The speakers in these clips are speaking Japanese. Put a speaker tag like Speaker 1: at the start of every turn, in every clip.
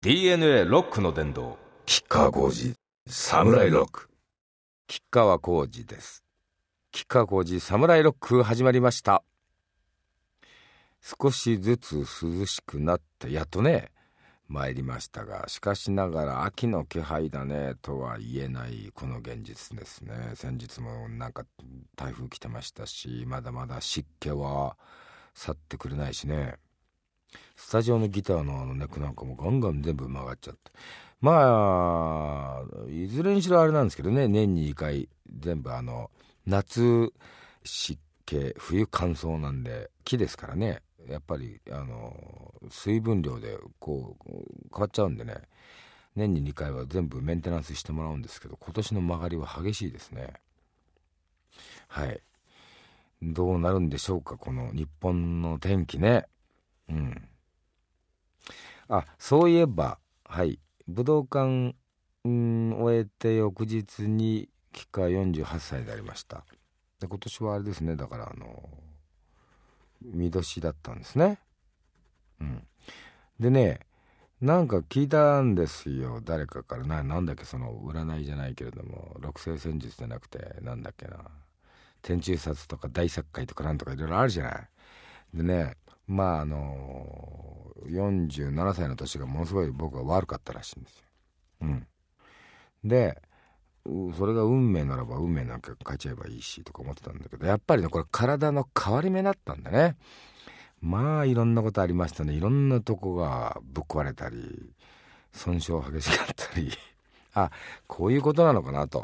Speaker 1: DNA ロックの殿堂、
Speaker 2: 吉川晃司サムライロック。
Speaker 1: 吉川晃司です。吉川晃司サムライロック始まりました。少しずつ涼しくなってやっとね参りましたが、しかしながら秋の気配だねとは言えないこの現実ですね。先日もなんか台風来てましたし、まだまだ湿気は去ってくれないしね。スタジオのギターのネックなんかもガンガン全部曲がっちゃって、まあいずれにしろあれなんですけどね、年に2回全部夏湿気冬乾燥なんで、木ですからね、やっぱり水分量でこう変わっちゃうんでね、年に2回は全部メンテナンスしてもらうんですけど、今年の曲がりは激しいですね。はい、どうなるんでしょうか、この日本の天気ね。そういえば、武道館終えて翌日に吉川48歳でありました。で今年はあれですね、だから見年だったんですね。でね、なんか聞いたんですよ、誰かから。なんだっけ、その占いじゃないけれども、六星占術じゃなくてなんだっけな、天中殺とか大殺界とかなんとかいろいろあるじゃない。でね、47歳の年がものすごい僕は悪かったらしいんですよ。でそれが運命ならば運命なんか変えちゃえばいいしとか思ってたんだけど、やっぱりね、これ体の変わり目だったんだね。まあいろんなことありましたね。いろんなとこがぶっ壊れたり損傷激しかったりこういうことなのかなと。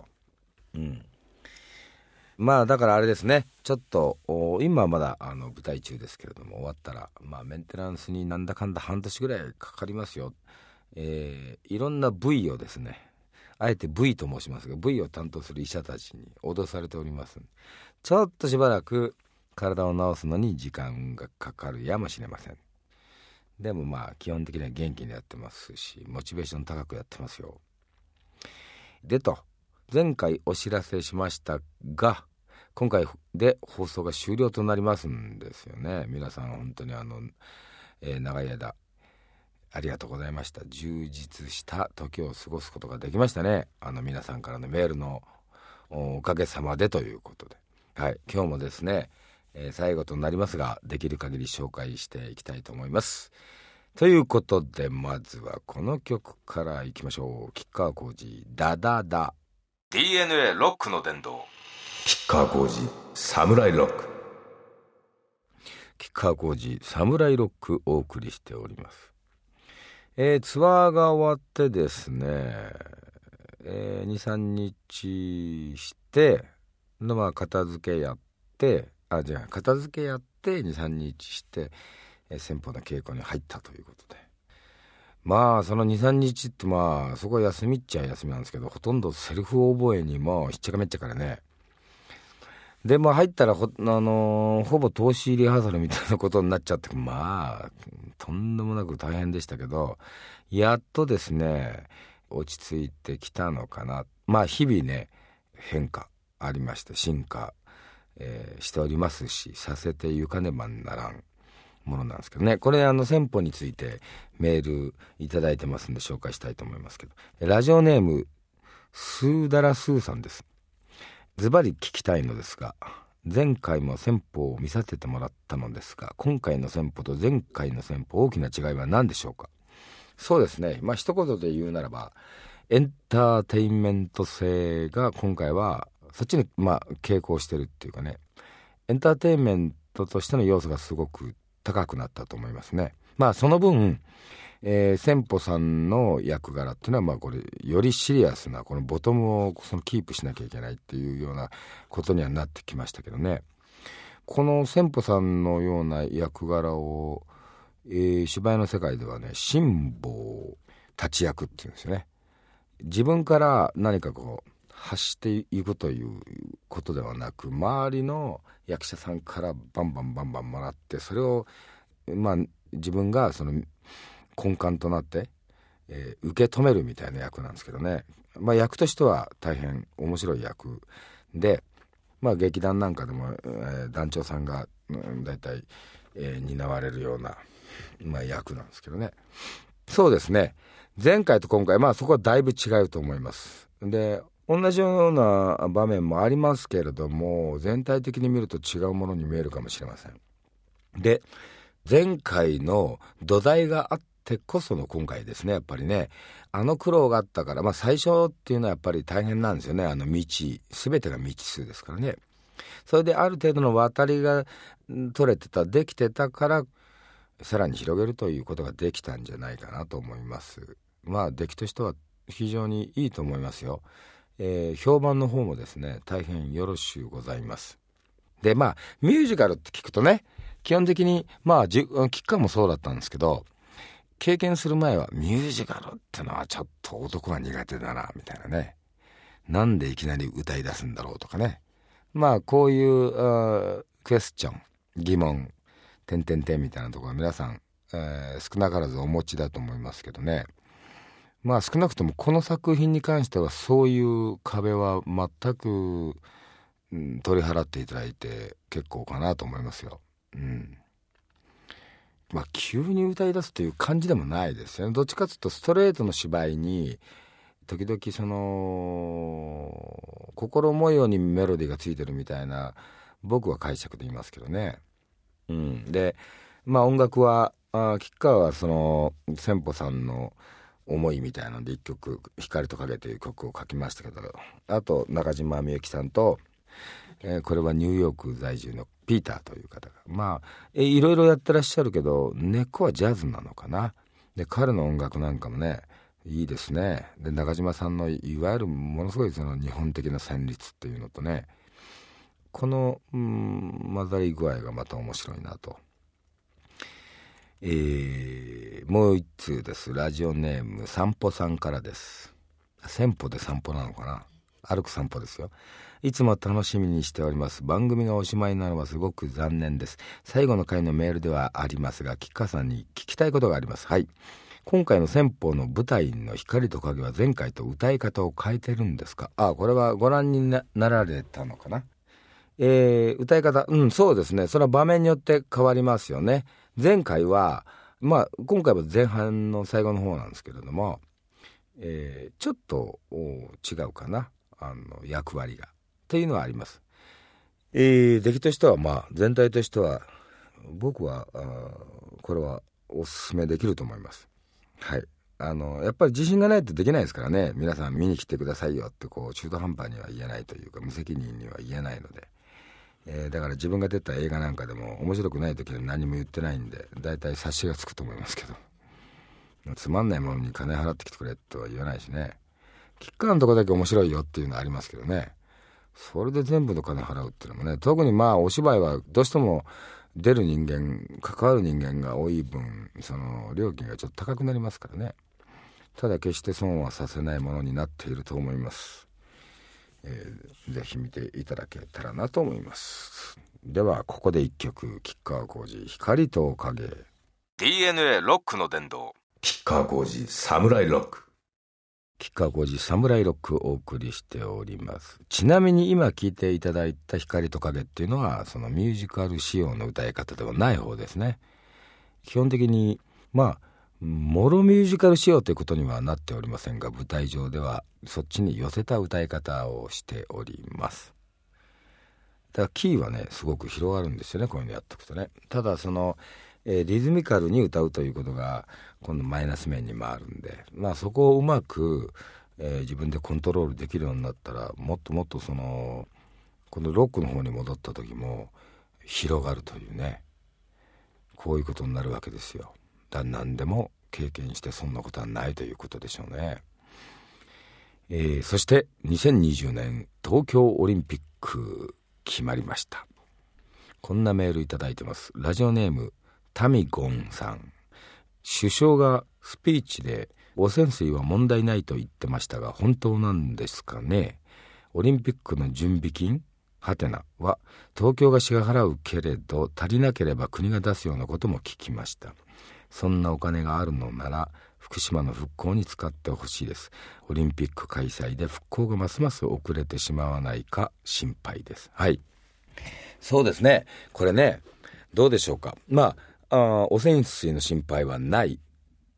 Speaker 1: まあだからあれですね、ちょっと今はまだ舞台中ですけれども、終わったらメンテナンスになんだかんだ半年ぐらいかかりますよ。いろんな部位をですね、あえて部位と申しますが、部位を担当する医者たちに脅されております。ちょっとしばらく体を治すのに時間がかかるやもしれません。でも基本的には元気にやってますし、モチベーション高くやってますよ。でと前回お知らせしましたが、今回で放送が終了となりますんですよね。皆さん本当に長い間ありがとうございました。充実した時を過ごすことができましたね。皆さんからのメールのおかげさまでということで、今日もですね、最後となりますが、できる限り紹介していきたいと思います。ということで、まずはこの曲からいきましょう。吉川晃司ダダダ。 DNA ロックの殿堂、
Speaker 2: 吉川晃司サムライロック。
Speaker 1: 吉川晃司サムライロックお送りしております。ツアーが終わってですね、2、3日して片付けやって片付けやって2、3日して、先方の稽古に入ったということで、その2、3日ってそこは休みっちゃ休みなんですけど、ほとんどセルフ覚えにもしっちゃかめっちゃからね。で入ったらほぼ通しリハーサルみたいなことになっちゃって、とんでもなく大変でしたけど、やっとですね落ち着いてきたのかな。日々ね変化ありまして、進化、しておりますし、させてゆかねばならんものなんですけどね。これ先方についてメールいただいてますんで紹介したいと思いますけど、ラジオネームスーダラスーさんです。ズバリ聞きたいのですが、前回も先方を見させてもらったのですが、今回の先方と前回の先方、大きな違いは何でしょうか。そうですね、一言で言うならばエンターテインメント性が今回はそっちに傾向してるっていうかね、エンターテインメントとしての要素がすごく高くなったと思いますね。その分、先方さんの役柄っていうのはこれよりシリアスなこのボトムをキープしなきゃいけないっていうようなことにはなってきましたけどね。この先方さんのような役柄を、芝居の世界ではね、辛抱立ち役っていうんですよね。自分から何か発していくということではなく、周りの役者さんからバンバンもらって、それを自分がその根幹となって、受け止めるみたいな役なんですけどね。役としては大変面白い役で、劇団なんかでも、団長さんがだいたい担われるような、役なんですけどね。そうですね、 前回と今回、そこはだいぶ違うと思います。で、同じような場面もありますけれども、全体的に見ると違うものに見えるかもしれません。で、前回の土台があってこその今回ですね。やっぱりね、苦労があったから、最初っていうのはやっぱり大変なんですよね。全てが未知数ですからね。それである程度の渡りができてたから、さらに広げるということができたんじゃないかなと思います。出来としては非常にいいと思いますよ。評判の方もですね、大変よろしゅうございます。で、ミュージカルって聞くとね、基本的に吉川もそうだったんですけど、経験する前はミュージカルってのはちょっと男は苦手だなみたいなね、なんでいきなり歌い出すんだろうとかね、こういうクエスチョン、疑問、点々点みたいなところは皆さん、少なからずお持ちだと思いますけどね。少なくともこの作品に関してはそういう壁は全く、取り払っていただいて結構かなと思いますよ。急に歌い出すという感じでもないですよね。どっちかというとストレートの芝居に時々その心模様にメロディーがついてるみたいな、僕は解釈で言いますけどね。で、音楽は吉川はその千歩さんの思いみたいなので一曲「光と影」という曲を書きましたけど、あと中島みゆきさんと、これはニューヨーク在住のピーターという方がいろいろやってらっしゃるけど、根っこはジャズなのかな。で、彼の音楽なんかもねいいですね。で、中島さんのいわゆるものすごいその日本的な旋律っていうのとね、この混ざり具合がまた面白いなと。もう一通です。ラジオネーム散歩さんからです。散歩で散歩なのかな、歩く散歩ですよ。いつも楽しみにしております。番組がおしまいなのはすごく残念です。最後の回のメールではありますが、吉川さんに聞きたいことがあります。はい。今回の先方の舞台の光と影は前回と歌い方を変えてるんですか？これはご覧に なられたのかな。歌い方、そうですね。それは場面によって変わりますよね。前回は今回は前半の最後の方なんですけれども、ちょっと違うかな、役割がというのはあります。出来としては全体としては僕はこれはおすすめできると思います。はい。やっぱり自信がないとできないですからね。皆さん見に来てくださいよって中途半端には言えないというか、無責任には言えないので、だから自分が出た映画なんかでも面白くない時は何も言ってないんで、だいたい察しがつくと思いますけど、つまんないものに金払ってきてくれとは言わないしね。吉川のとこだけ面白いよっていうのはありますけどね、それで全部の金払うっていうのもね、特にお芝居はどうしても出る人間、関わる人間が多い分、その料金がちょっと高くなりますからね。ただ決して損はさせないものになっていると思います。ぜひ見ていただけたらなと思います。ではここで一曲、吉川晃司、光と影。
Speaker 2: DNA ロックの殿堂、吉川晃司サムライロック。
Speaker 1: 吉川晃司サムライロックをお送りしております。ちなみに今聴いていただいた光と影っていうのはそのミュージカル仕様の歌い方ではない方ですね。基本的にモロミュージカル仕様ということにはなっておりませんが、舞台上ではそっちに寄せた歌い方をしております。だからキーはねすごく広がるんですよね、こういうのやっておくとね。ただその、リズミカルに歌うということが今度マイナス面にもあるんで、そこをうまく、自分でコントロールできるようになったら、もっともっとこのロックの方に戻った時も広がるというね、こういうことになるわけですよ。何でも経験してそんなことはないということでしょうね。そして2020年東京オリンピック決まりました。こんなメールいただいてます。ラジオネームタミゴンさん。首相がスピーチで汚染水は問題ないと言ってましたが、本当なんですかね。オリンピックの準備金は東京が支払うけれど、足りなければ国が出すようなことも聞きました。そんなお金があるのなら福島の復興に使ってほしいです。オリンピック開催で復興がますます遅れてしまわないか心配です。はい、そうですね。これね、どうでしょうか。汚染水の心配はない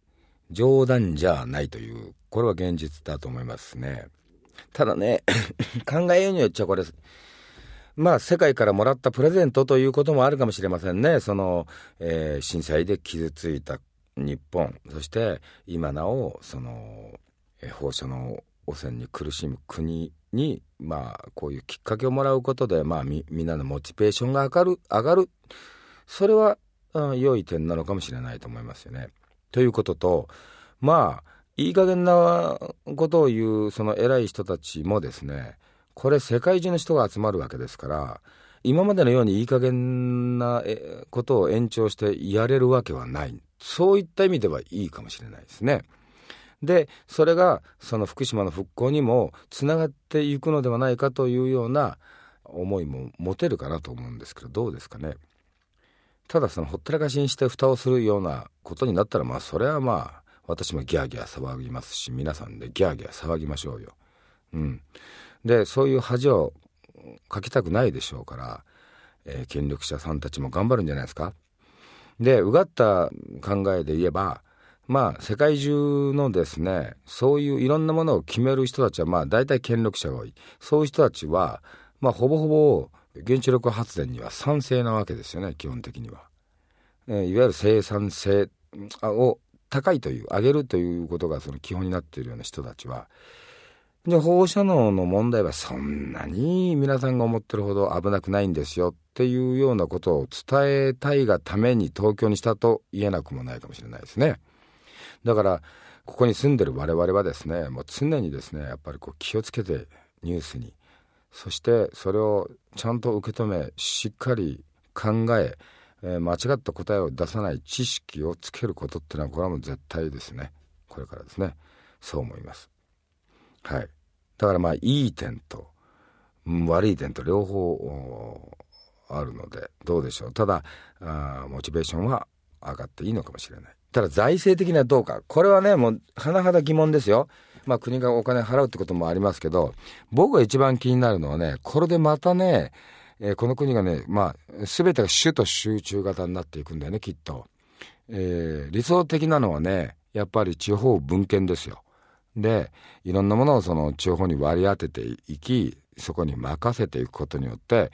Speaker 1: 冗談じゃないという、これは現実だと思いますね。ただね考えようによっちゃこれ世界からもらったプレゼントということもあるかもしれませんね。震災で傷ついた日本、そして今なお放射能汚染に苦しむ国にこういうきっかけをもらうことでみんなのモチベーションが上がる、それは良い点なのかもしれないと思いますよね。ということといい加減なことを言うその偉い人たちもですね、これ世界中の人が集まるわけですから、今までのようにいい加減なことを延長してやれるわけはない。そういった意味ではいいかもしれないですね。でそれがその福島の復興にもつながっていくのではないかというような思いも持てるかなと思うんですけど、どうですかね。ただほったらかしにして蓋をするようなことになったらそれは私もギャーギャー騒ぎますし、皆さんでギャーギャー騒ぎましょうよ。でそういう恥をかきたくないでしょうから、権力者さんたちも頑張るんじゃないですか。でうがった考えで言えば世界中のですね、そういういろんなものを決める人たちは大体権力者が多い。そういう人たちはほぼほぼ原子力発電には賛成なわけですよね、基本的には。いわゆる生産性を高いという、上げるということがその基本になっているような人たちは、放射能の問題はそんなに皆さんが思ってるほど危なくないんですよっていうようなことを伝えたいがために東京にしたと言えなくもないかもしれないですね。だからここに住んでる我々はですね、もう常にですね、やっぱり気をつけてニュースに、そしてそれをちゃんと受け止め、しっかり考え、間違った答えを出さない知識をつけることってのは、これはもう絶対ですね、これからですね、そう思います。はい。だからいい点と悪い点と両方あるので、どうでしょう。ただモチベーションは上がっていいのかもしれない。ただ財政的にはどうか、これはねもう甚だ疑問ですよ。国がお金払うってこともありますけど、僕が一番気になるのはね、これでまたね、この国がね全てが首都集中型になっていくんだよね、きっと。理想的なのはね、やっぱり地方分権ですよ。でいろんなものをその地方に割り当てていき、そこに任せていくことによって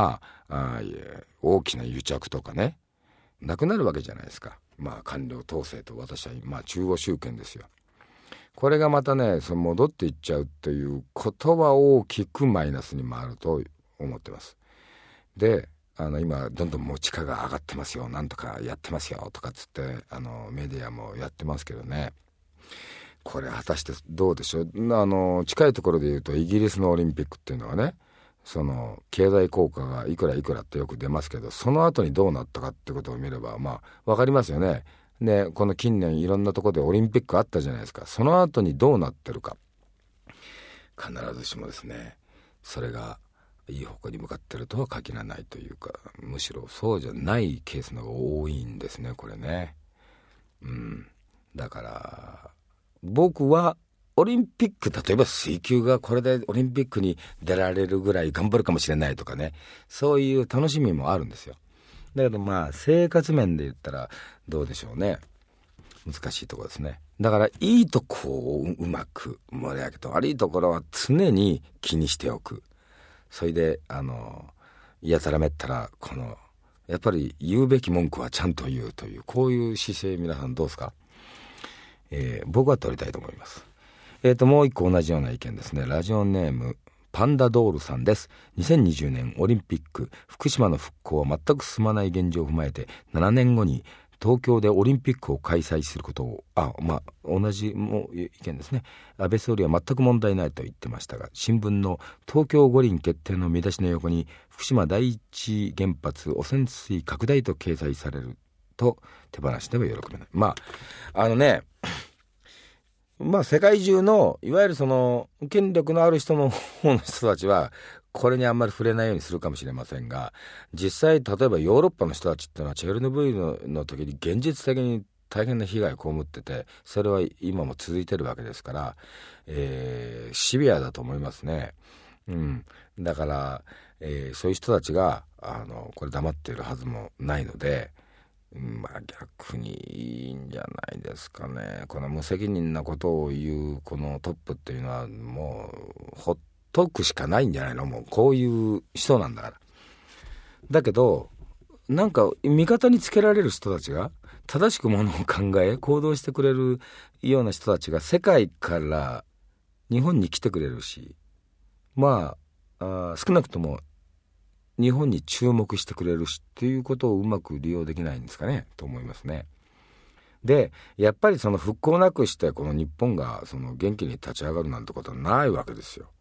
Speaker 1: 大きな癒着とかね、なくなるわけじゃないですか。官僚統制と、私は中央集権ですよ。これがまたね戻っていっちゃうということは大きくマイナスに回ると思ってます。で今どんどんもう地価が上がってますよ、なんとかやってますよとかつってメディアもやってますけどね、これ果たしてどうでしょう。近いところで言うとイギリスのオリンピックっていうのはね、その経済効果がいくらいくらってよく出ますけど、その後にどうなったかってことを見れば分かりますよね。でこの近年いろんなところでオリンピックあったじゃないですか。その後にどうなってるか、必ずしもですねそれがいい方向に向かってるとは限らないというか、むしろそうじゃないケースの方が多いんですね、これね。だから僕はオリンピック、例えば水球がこれでオリンピックに出られるぐらい頑張るかもしれないとかね、そういう楽しみもあるんですよ。だけど生活面で言ったらどうでしょうね、難しいところですね。だからいいとこをうまく盛り上げて、悪いところは常に気にしておく。それでいやたらめったらやっぱり言うべき文句はちゃんと言うという、こういう姿勢、皆さんどうですか。僕は取りたいと思います。もう一個同じような意見ですね。ラジオネームパンダドールさんです。2020年オリンピック福島の復興は全く進まない現状を踏まえて、7年後に東京でオリンピックを開催することを同じ意見ですね。安倍総理は全く問題ないと言ってましたが、新聞の東京五輪決定の見出しの横に福島第一原発汚染水拡大と掲載されると手放しでは喜べない。世界中のいわゆるその権力のある人の方の人たちはこれにあんまり触れないようにするかもしれませんが、実際例えばヨーロッパの人たちっていうのはチェルノブイリの時に現実的に大変な被害を被ってて、それは今も続いてるわけですから、シビアだと思いますね。だから、そういう人たちがこれ黙っているはずもないので、 逆にいいんじゃないですかね。この無責任なことを言うこのトップっていうのはもうほっとくしかないんじゃないの。もうこういう人なんだから。だけどなんか味方につけられる人たちが正しくものを考え行動してくれるような人たちが世界から日本に来てくれるし、少なくとも日本に注目してくれるしっていうことをうまく利用できないんですかねと思いますね。でやっぱりその復興なくしてこの日本がその元気に立ち上がるなんてことはないわけですよ。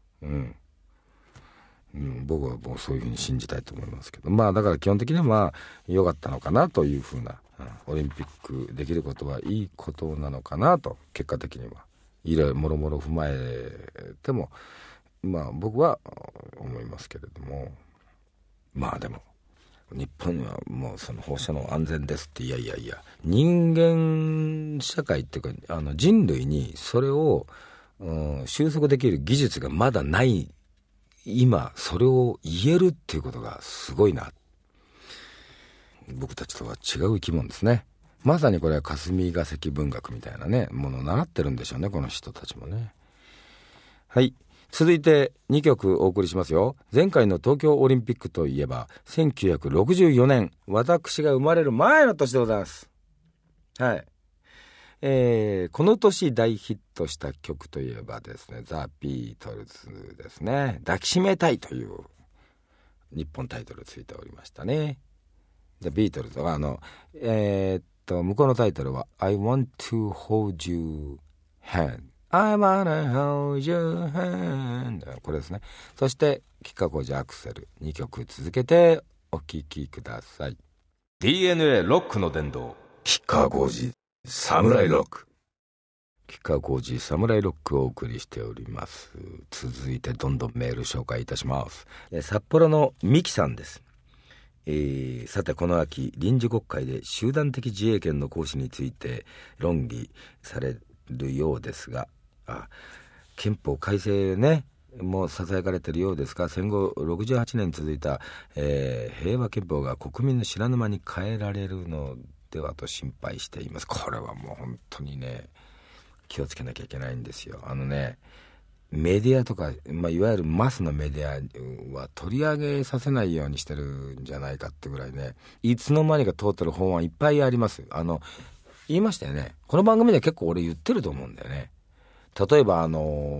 Speaker 1: 僕はもうそういうふうに信じたいと思いますけど、だから基本的には良かったのかなというふうな、オリンピックできることはいいことなのかなと、結果的にはいろいろもろもろ踏まえても僕は思いますけれども、でも日本はもうその放射能安全ですって、いや人間社会っていうか人類にそれを、収束できる技術がまだない今それを言えるっていうことがすごいな。僕たちとは違う生き物ですね。まさにこれは霞が関文学みたいなねものを習ってるんでしょうね、この人たちもね。はい、続いて2曲お送りしますよ。前回の東京オリンピックといえば1964年、私が生まれる前の年でございます。はい、この年大ヒットした曲といえばですね、ザ・ビートルズですね。抱きしめたいという日本タイトルついておりましたね。ザ・ビートルズは向こうのタイトルは I want to hold you hand I wanna hold your hand、 これですね。そして吉川晃司アクセル、2曲続けてお聴きください。
Speaker 2: DNA ロックの殿堂、吉川晃司サムライロック。
Speaker 1: 吉川晃司サムライロックをお送りしております。続いてどんどんメール紹介いたします。札幌のミキさんです。さてこの秋臨時国会で集団的自衛権の行使について論議されるようですが、憲法改正ねもうささやかれているようですが、戦後68年続いた、平和憲法が国民の知らぬ間に変えられるのではと心配しています。これはもう本当にね気をつけなきゃいけないんですよ。メディアとか、いわゆるマスのメディアは取り上げさせないようにしてるんじゃないかってぐらいね、いつの間にか通ってる法案いっぱいあります。言いましたよね、この番組で結構俺言ってると思うんだよね。例えば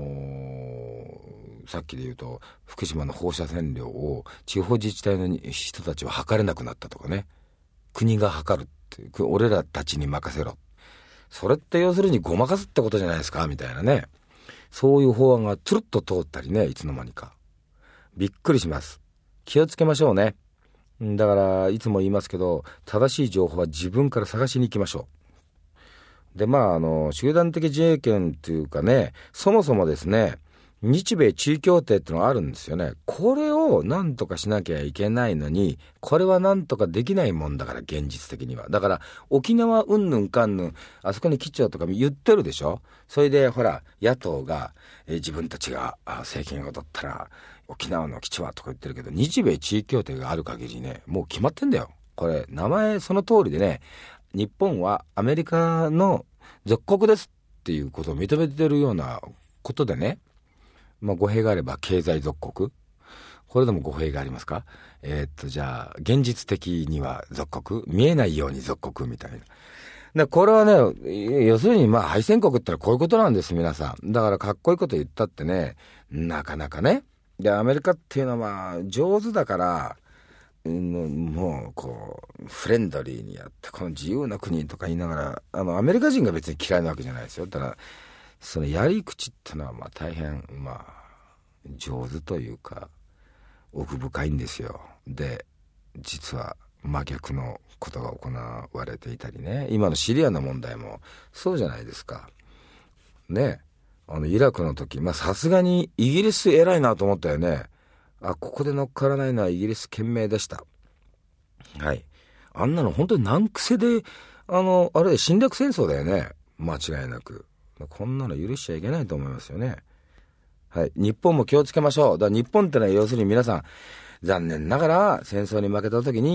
Speaker 1: さっきで言うと福島の放射線量を地方自治体の人たちは測れなくなったとかね、国が測るって俺らたちに任せろ、それって要するにごまかすってことじゃないですかみたいなね、そういう法案がつるっと通ったりね、いつの間にかびっくりします。気をつけましょうね。だからいつも言いますけど、正しい情報は自分から探しに行きましょう。で集団的自衛権っていうかね、そもそもですね日米地位協定ってのがあるんですよね。これをなんとかしなきゃいけないのに、これはなんとかできないもんだから、現実的には。だから沖縄うんぬんかんぬんあそこに基地をとか言ってるでしょ。それでほら野党が、自分たちが政権を取ったら沖縄の基地はとか言ってるけど、日米地位協定がある限りねもう決まってんだよ。これ名前その通りでね、日本はアメリカの属国ですっていうことを認めてるようなことでね、語弊があれば経済属国、これでも語弊がありますか。じゃあ現実的には属国、見えないように属国みたいな。これはね要するに敗戦国ってのはこういうことなんです、皆さん。だからかっこいいこと言ったってねなかなかね。でアメリカっていうのは上手だから、もうこうフレンドリーにやってこの自由な国とか言いながら、アメリカ人が別に嫌いなわけじゃないですよ。だからそのやり口ってのは大変上手というか奥深いんですよ。で実は真逆のことが行われていたりね、今のシリアの問題もそうじゃないですかね。イラクの時さすがにイギリス偉いなと思ったよね。ここで乗っからないのはイギリス賢明でした。はい、あんなの本当に難癖であれ侵略戦争だよね、間違いなく。こんなの許しちゃいけないと思いますよね。はい、日本も気をつけましょう。だから日本ってのは要するに皆さん残念ながら戦争に負けた時に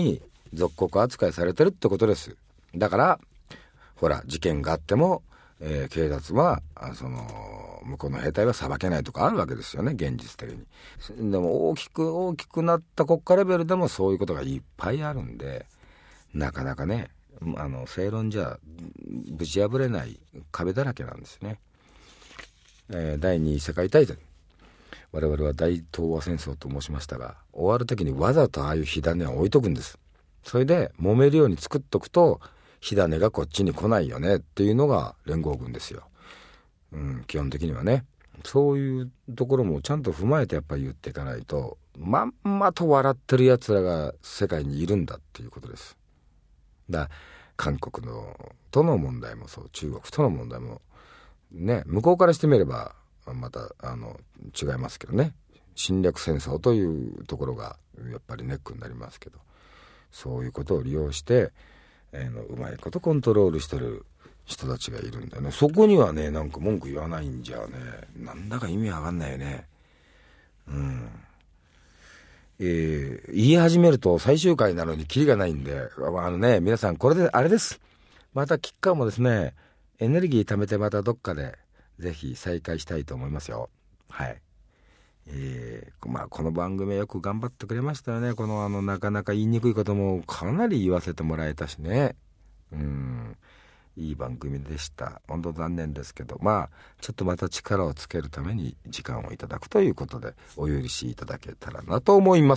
Speaker 1: 属国扱いされてるってことです。だからほら事件があっても、警察はその向こうの兵隊は裁けないとかあるわけですよね、現実的に。でも大きくなった国家レベルでもそういうことがいっぱいあるんで、なかなかね正論じゃぶち破れない壁だらけなんですね。第二次世界大戦、我々は大東亜戦争と申しましたが、終わる時にわざとああいう火種を置いとくんです。それで揉めるように作っとくと火種がこっちに来ないよねっていうのが連合軍ですよ。基本的にはね、そういうところもちゃんと踏まえてやっぱり言っていかないと、まんまと笑ってるやつらが世界にいるんだっていうことです。だ韓国との問題もそう、中国との問題もね、向こうからしてみればまた違いますけどね、侵略戦争というところがやっぱりネックになりますけど、そういうことを利用してうまいことコントロールしてる人たちがいるんだよね。そこにはねなんか文句言わないんじゃね、なんだか意味わかんないよね。言い始めると最終回なのにキリがないんで、皆さんこれであれです。またキッカーもですね、エネルギー貯めてまたどっかでぜひ再開したいと思いますよ。はい。この番組はよく頑張ってくれましたよね。このなかなか言いにくいこともかなり言わせてもらえたしね。いい番組でした。本当残念ですけど、ちょっとまた力をつけるために時間をいただくということでお許しいただけたらなと思います。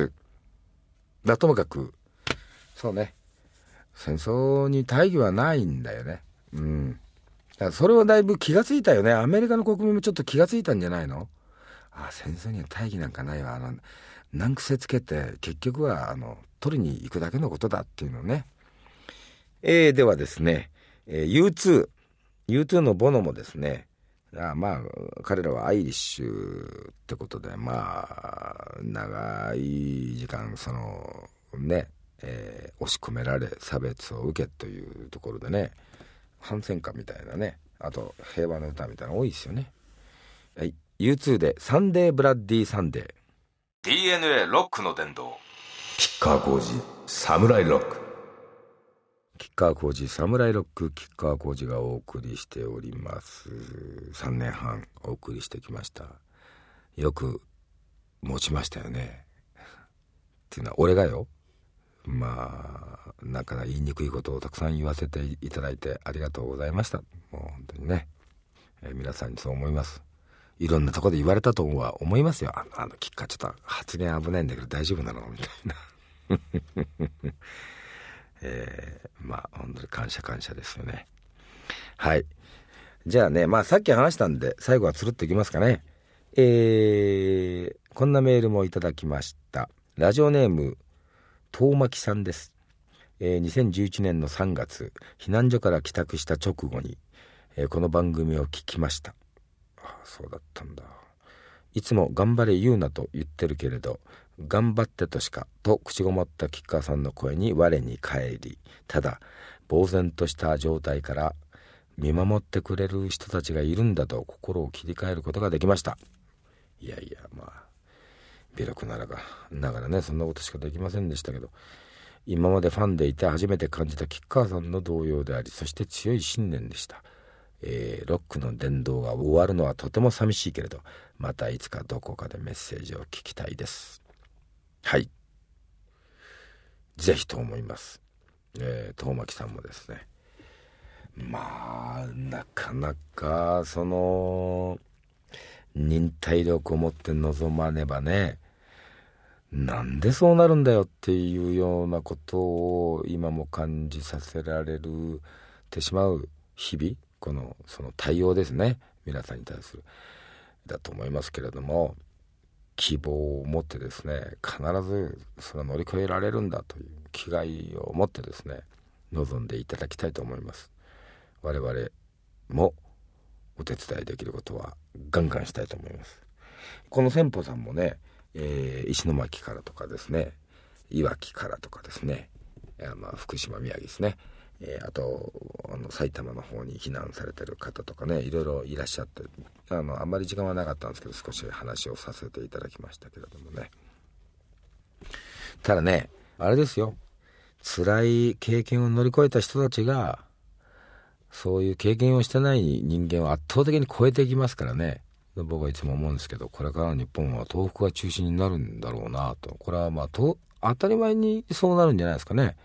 Speaker 1: ともかくそうね、戦争に大義はないんだよね。だからそれはだいぶ気がついたよね。アメリカの国民もちょっと気がついたんじゃないの？戦争には大義なんかないわ。難癖つけて結局は取りに行くだけのことだっていうのね。ではですね、U2 のボノもですね、彼らはアイリッシュってことで長い時間押し込められ差別を受けというところでね、反戦歌みたいなね、あと平和の歌みたいなの多いですよね。はい、U2 でサンデーブラッディサンデー。
Speaker 2: DNA ロックの殿堂、
Speaker 1: 吉川晃司サムライロック。吉川晃司サムライロック、吉川晃司がお送りしております。3年半お送りしてきました。よく持ちましたよね。っていうのは俺がよ、なんか言いにくいことをたくさん言わせていただいてありがとうございました。もう本当にね、皆さんにそう思います。いろんなところで言われたとは思いますよ。吉川ちょっと発言危ないんだけど大丈夫なのみたいな本当に感謝ですよね。はい、じゃあね、さっき話したんで最後はつるっていきますかね。こんなメールもいただきました。ラジオネーム遠巻さんです。2011年の3月、避難所から帰宅した直後に、この番組を聞きました。そうだったんだ。いつも頑張れ言うなと言ってるけれど、頑張ってとしかと口ごもった吉川さんの声に我に返り、ただ呆然とした状態から見守ってくれる人たちがいるんだと心を切り替えることができました。いや微力ながらね、そんなことしかできませんでしたけど、今までファンでいて初めて感じた吉川さんの動揺であり、そして強い信念でした。ロックの殿堂が終わるのはとても寂しいけれど、またいつかどこかでメッセージを聞きたいです。はい、ぜひと思います。遠巻さんもですね、なかなか忍耐力を持って臨まねばね、なんでそうなるんだよっていうようなことを今も感じさせられてしまう日々、その対応ですね、皆さんに対するだと思いますけれども、希望を持ってですね、必ずそれを乗り越えられるんだという気概を持ってですね、臨んでいただきたいと思います。我々もお手伝いできることはガンガンしたいと思います。この先方さんもね、石巻からとかですね、いわきからとかですね、福島宮城ですね、あと埼玉の方に避難されてる方とかね、いろいろいらっしゃって、あんまり時間はなかったんですけど、少し話をさせていただきましたけれどもね。ただね、あれですよ、 辛い経験を乗り越えた人たちが、そういう経験をしてない人間を圧倒的に超えていきますからね。僕はいつも思うんですけど、これからの日本は東北が中心になるんだろうなと。これは当たり前にそうなるんじゃないですかね。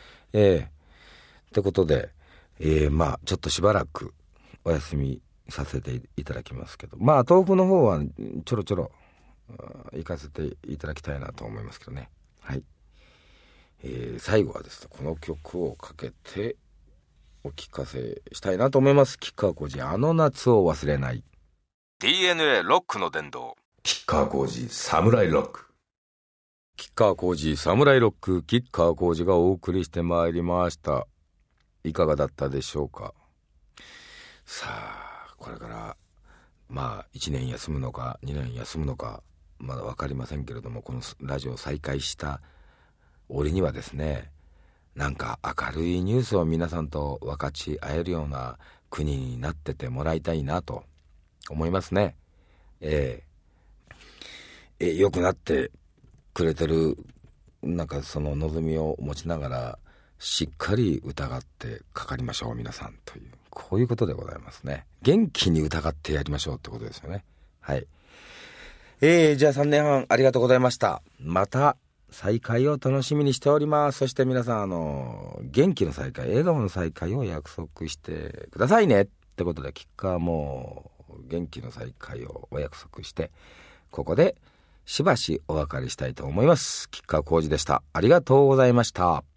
Speaker 1: ってことで、ちょっとしばらくお休みさせていただきますけど、東北の方はちょろちょろ行かせていただきたいなと思いますけどね。はい。最後はですね、この曲をかけてお聞かせしたいなと思います。吉川晃司、あの夏を忘れない。
Speaker 2: DNA ロックの殿堂、
Speaker 1: 吉川晃司サムライロック。吉川晃司サムライロック、吉川晃司がお送りしてまいりました。いかがだったでしょうか。さあ、これから1年休むのか2年休むのかまだ分かりませんけれども、このラジオを再開した折にはですね、なんか明るいニュースを皆さんと分かち合えるような国になっててもらいたいなと思いますね。良くなってくれてる、なんかその望みを持ちながらしっかり疑ってかかりましょう皆さんという、こういうことでございますね。元気に疑ってやりましょうってことですよね。はい。じゃあ3年半ありがとうございました。また再会を楽しみにしております。そして皆さん元気の再会、笑顔の再会を約束してくださいねってことで、吉川も元気の再会をお約束して、ここでしばしお別れしたいと思います。吉川晃司でした。ありがとうございました。